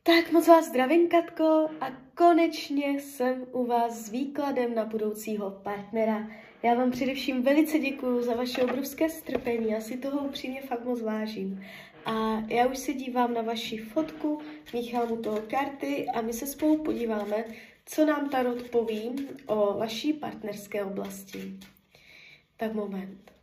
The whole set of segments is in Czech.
Tak moc vás zdravím, Katko, a konečně jsem u vás s výkladem na budoucího partnera. Já vám především velice děkuju za vaše obrovské strpení, já si toho upřímně fakt moc vážím. A já už se dívám na vaši fotku, míchám u toho karty a my se spolu podíváme, co nám tarot poví o vaší partnerské oblasti. Tak moment.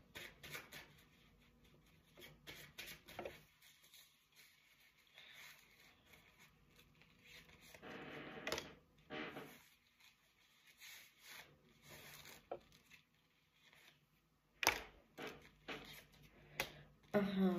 Aha.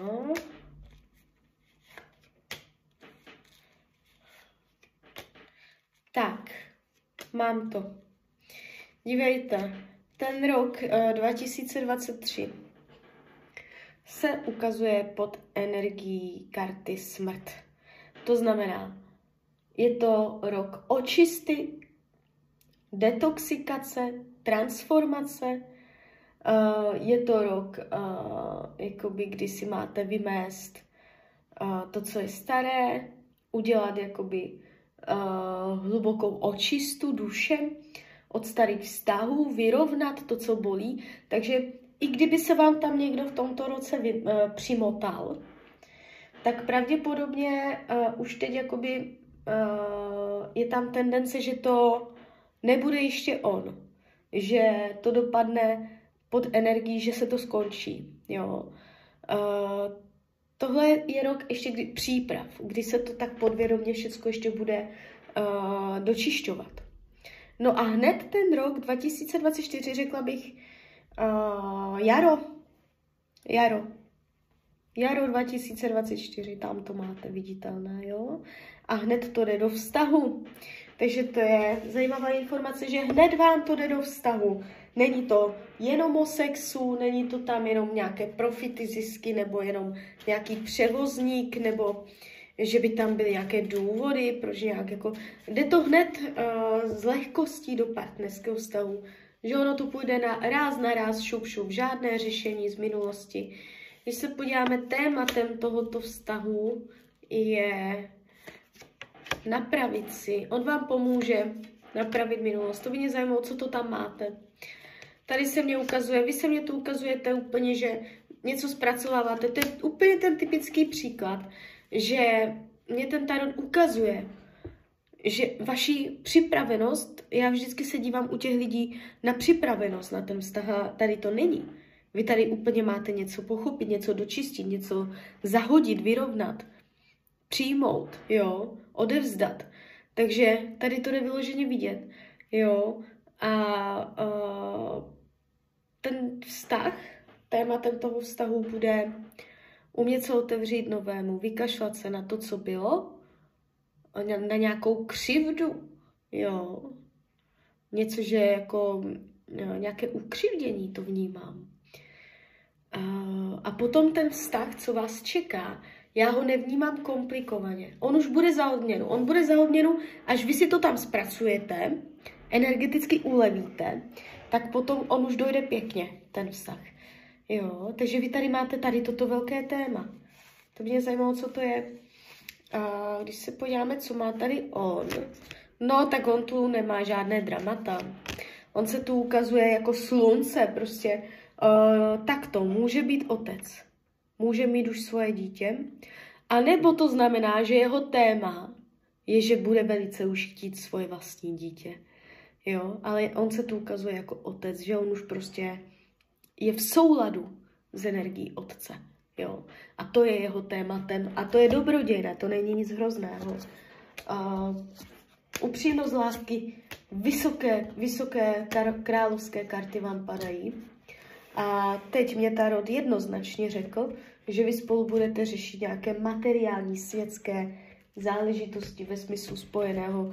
Tak, mám to. Dívejte, ten rok 2023 se ukazuje pod energií karty smrt. To znamená, je to rok očisty, detoxikace, transformace, je to rok, jakoby, kdy si máte vymést to, co je staré, udělat jakoby hlubokou očistu duše od starých vztahů, vyrovnat to, co bolí. Takže i kdyby se vám tam někdo v tomto roce přimotal, tak pravděpodobně už teď jakoby je tam tendence, že to nebude ještě on, že to dopadne pod energií, že se to skončí. Jo. Tohle je rok ještě příprav, kdy se to tak podvědomě všechno ještě bude dočišťovat. No a hned ten rok 2024, řekla bych, jaro 2024, tam to máte viditelné, jo? A hned to jde do vztahu. Takže to je zajímavá informace, že hned vám to jde do vztahu. Není to jenom o sexu, není to tam jenom nějaké profity, zisky, nebo jenom nějaký převozník, nebo že by tam byly nějaké důvody, proč nějak jako... Jde to hned z lehkostí do partnerského vztahu. Že ono to půjde na ráz, šup, žádné řešení z minulosti. Když se podíváme, tématem tohoto vztahu je napravit si. On vám pomůže napravit minulost. To by mě zajímalo, co to tam máte. Tady se mě ukazuje, vy se mě to ukazujete úplně, že něco zpracováváte. To je úplně ten typický příklad, že mě ten tarot ukazuje, že vaši připravenost, já vždycky se dívám u těch lidí na připravenost na ten vztah, a tady to není. Vy tady úplně máte něco pochopit, něco dočistit, něco zahodit, vyrovnat, přijmout, jo, odevzdat. Takže tady to jde vyloženě vidět, jo. A ten vztah, tématem toho vztahu bude umět se otevřít novému, vykašlat se na to, co bylo, na nějakou křivdu, jo. Něco, že jako nějaké ukřivdění to vnímám. A potom ten vztah, co vás čeká, já ho nevnímám komplikovaně. On už bude za odměnu. On bude za odměnu, až vy si to tam zpracujete, energeticky ulevíte, tak potom on už dojde pěkně, ten vztah. Jo, takže vy tady máte tady toto velké téma. To mě zajímalo, co to je. Když se podíváme, co má tady on, no tak on tu nemá žádné dramata. On se tu ukazuje jako slunce, prostě tak to může být otec. Může mít už svoje dítě. A nebo to znamená, že jeho téma je, že bude velice už chtít svoje vlastní dítě. Jo, ale on se tu ukazuje jako otec, že on už prostě je v souladu s energií otce. Jo. A to je jeho tématem. A to je dobrodějné, to není nic hrozného. Upřímnost lásky, vysoké královské karty vám padají. A teď mě tarot jednoznačně řekl, že vy spolu budete řešit nějaké materiální, světské záležitosti ve smyslu spojeného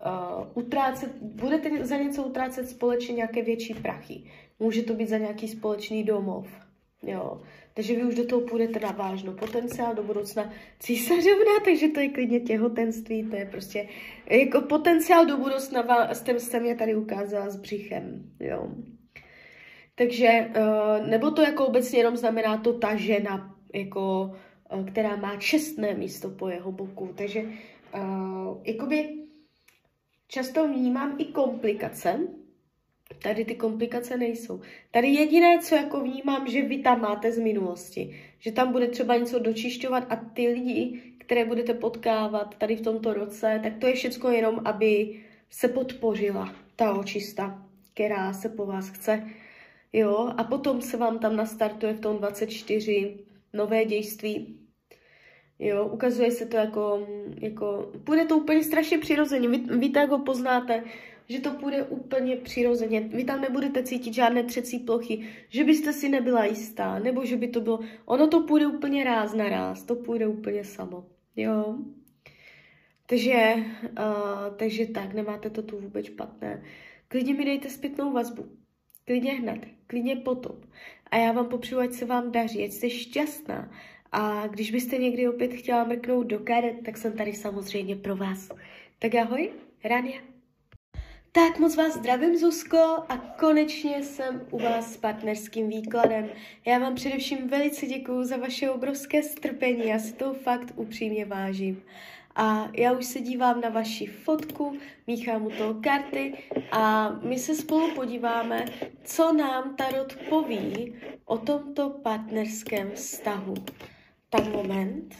budete za něco utrácet společně nějaké větší prachy. Může to být za nějaký společný domov. Jo. Takže vy už do toho půjdete na vážno. Potenciál do budoucna císařovna, takže to je klidně těhotenství, to je prostě jako potenciál do budoucna, jste mě tady ukázala s břichem. Jo. Takže, nebo to jako obecně jenom znamená to ta žena, jako, která má čestné místo po jeho boku. Takže jakoby často vnímám i komplikace. Tady ty komplikace nejsou. Tady jediné, co jako vnímám, že vy tam máte z minulosti. Že tam bude třeba něco dočišťovat a ty lidi, které budete potkávat tady v tomto roce, tak to je všechno jenom, aby se podpořila ta očista, která se po vás chce. Jo? A potom se vám tam nastartuje v tom 24 nové dějství. Jo? Ukazuje se to jako půjde to úplně strašně přirozeně. Vy tak ho poznáte, že to půjde úplně přirozeně. Vy tam nebudete cítit žádné třecí plochy, že byste si nebyla jistá, nebo že by to bylo... Ono to půjde úplně ráz na ráz, to půjde úplně samo. Jo? Takže tak, nemáte to tu vůbec špatné. Klidně mi dejte zpětnou vazbu. Klidně hned, klidně potom. A já vám popřeju, ať se vám daří, ať jste šťastná. A když byste někdy opět chtěla mrknout do karet, tak jsem tady samozřejmě pro vás. Tak ahoj, Rania. Tak moc vás zdravím, Zuzko, a konečně jsem u vás s partnerským výkladem. Já vám především velice děkuju za vaše obrovské strpení, já si toho fakt upřímně vážím. A já už se dívám na vaši fotku, míchám u toho karty a my se spolu podíváme, co nám tarot poví o tomto partnerském vztahu. Tak moment.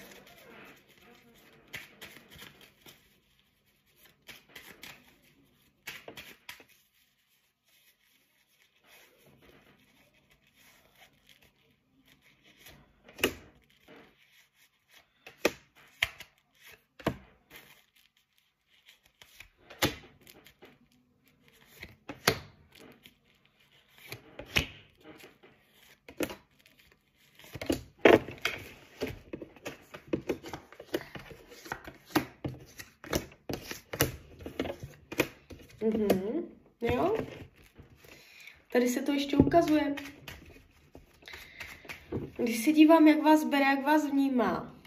Jo? Tady se to ještě ukazuje. Když se dívám, jak vás bere, jak vás vnímá.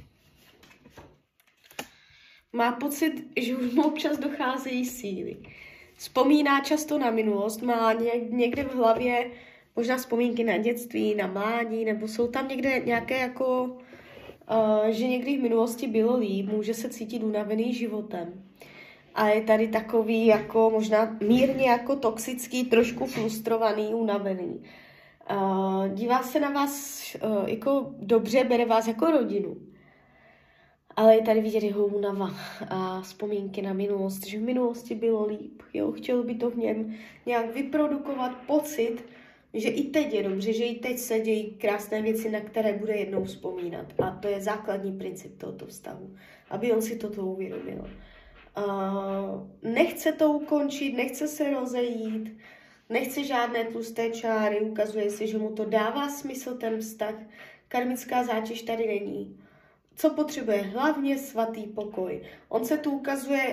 Má pocit, že už mu občas docházejí síly. Vzpomíná často na minulost, má někde v hlavě možná vzpomínky na dětství, na mládí, nebo jsou tam někde nějaké jako, že někdy v minulosti bylo líp, může se cítit unavený životem. A je tady takový jako možná mírně jako toxický, trošku frustrovaný, unavený. Dívá se na vás jako dobře, bere vás jako rodinu. Ale je tady vidět jeho únava a vzpomínky na minulost, že v minulosti bylo líp. Jo? Chtěl by to v něm nějak vyprodukovat pocit, že i teď je dobře, že i teď se dějí krásné věci, na které bude jednou vzpomínat. A to je základní princip tohoto vztahu, aby on si toto uvědomil. Nechce to ukončit, nechce se rozejít, nechce žádné tlusté čáry, ukazuje se, že mu to dává smysl ten vztah, karmická zátěž tady není. Co potřebuje? Hlavně svatý pokoj. On se tu ukazuje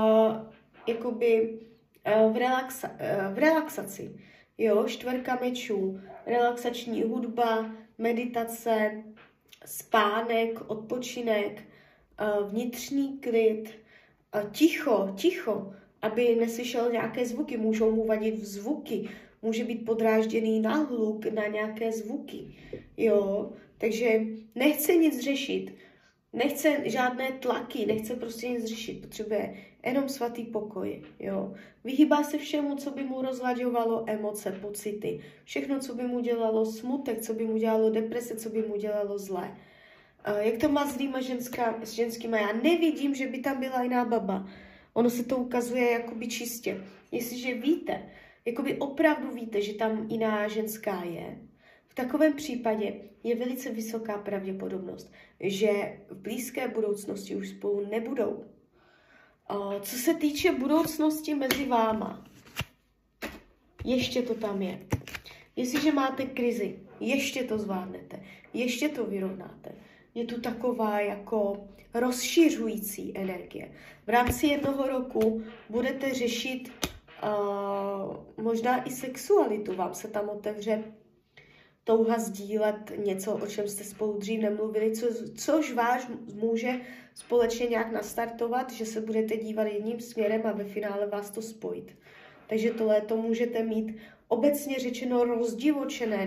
v relaxaci. Jo, 4 mečů, relaxační hudba, meditace, spánek, odpočinek, vnitřní klid, ticho, aby neslyšel nějaké zvuky, můžou mu vadit zvuky, může být podrážděný na hluk, na nějaké zvuky, jo, takže nechce nic řešit, nechce žádné tlaky, nechce prostě nic řešit, potřebuje jenom svatý pokoj, jo. Vyhýbá se všemu, co by mu rozlaďovalo emoce, pocity, všechno, co by mu dělalo smutek, co by mu dělalo deprese, co by mu dělalo zlé. Jak to má s jinýma ženskýma? Já nevidím, že by tam byla jiná baba. Ono se to ukazuje jakoby čistě. Jestliže víte, jakoby opravdu víte, že tam jiná ženská je, v takovém případě je velice vysoká pravděpodobnost, že v blízké budoucnosti už spolu nebudou. Co se týče budoucnosti mezi váma, ještě to tam je. Jestliže máte krizi, ještě to zvládnete, ještě to vyrovnáte. Je tu taková jako rozšiřující energie. V rámci 1 roku budete řešit možná i sexualitu. Vám se tam otevře touha sdílet něco, o čem jste spolu dřív nemluvili, což vás může společně nějak nastartovat, že se budete dívat jedním směrem a ve finále vás to spojit. Takže to léto můžete mít obecně řečeno rozdivočené,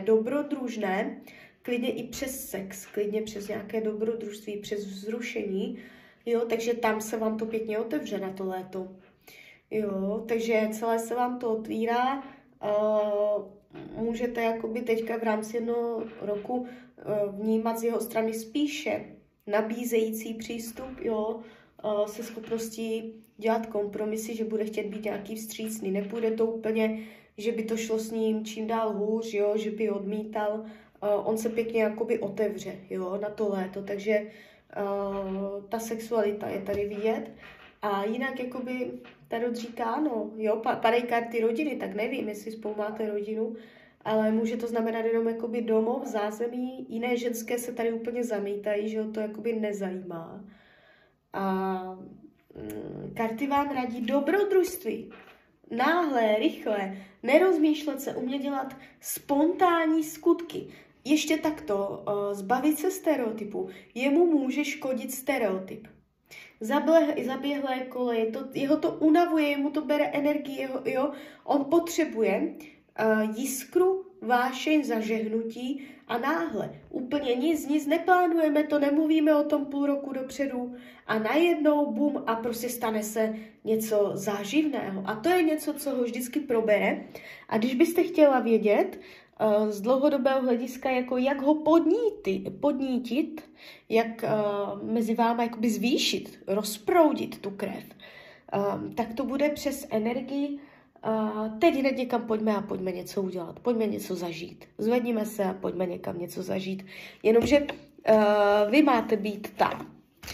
dobrodružné, klidně i přes sex, klidně přes nějaké dobrodružství, přes vzrušení, Jo, takže tam se vám to pěkně otevře na to léto. Jo, takže celé se vám to otvírá. Můžete jakoby teďka v rámci jednoho roku vnímat z jeho strany spíše nabízející přístup, jo, se schopností dělat kompromisy, že bude chtět být nějaký vstřícný. Nepůjde to úplně, že by to šlo s ním čím dál hůř, jo, že by odmítal. On se pěkně jakoby otevře, jo, na to léto, takže ta sexualita je tady vidět. A jinak jakoby tarot říká, no, jo, padají karty rodiny, tak nevím, jestli spolu máte rodinu, ale může to znamenat jenom jakoby domov, zázemí, jiné ženské se tady úplně zamítají, že ho to jakoby nezajímá. A karty vám radí dobrodružství. Náhle, rychle, nerozmýšlet se, umět dělat spontánní skutky. Ještě takto, zbavit se stereotypu. Jemu může škodit stereotyp. Zaběhlé koleje, jeho to unavuje, jemu to bere energii, jo? On potřebuje jiskru, vášeň, zažehnutí a náhle úplně nic neplánujeme, to nemluvíme o tom půl roku dopředu a najednou bum a prostě stane se něco záživného. A to je něco, co ho vždycky probere. A když byste chtěla vědět z dlouhodobého hlediska, jako jak ho podnítit, jak mezi váma jakoby zvýšit, rozproudit tu krev, tak to bude přes energii. Teď hned někam pojďme a pojďme něco udělat, pojďme něco zažít. Zvedníme se a pojďme někam něco zažít. Jenomže vy máte být ta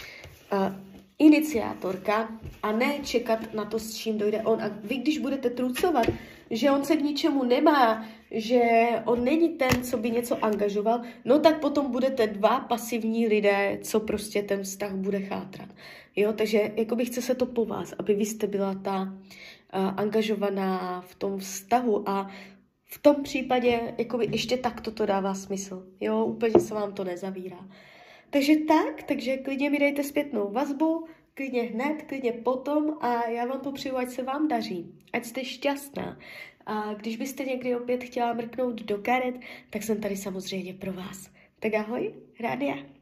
iniciátorka a ne čekat na to, s čím dojde on. A vy, když budete trucovat, že on se k ničemu nemá, že on není ten, co by něco angažoval, no tak potom budete dva pasivní lidé, co prostě ten vztah bude chátrat. Jo, takže jakoby chce se to po vás, aby vy jste byla ta angažovaná v tom vztahu a v tom případě jakoby ještě takto to dává smysl. Jo, úplně se vám to nezavírá. Takže klidně mi dejte zpětnou vazbu, klidně hned, klidně potom a já vám popřeju, ať se vám daří, ať jste šťastná. A když byste někdy opět chtěla mrknout do karet, tak jsem tady samozřejmě pro vás. Tak ahoj, Rádia.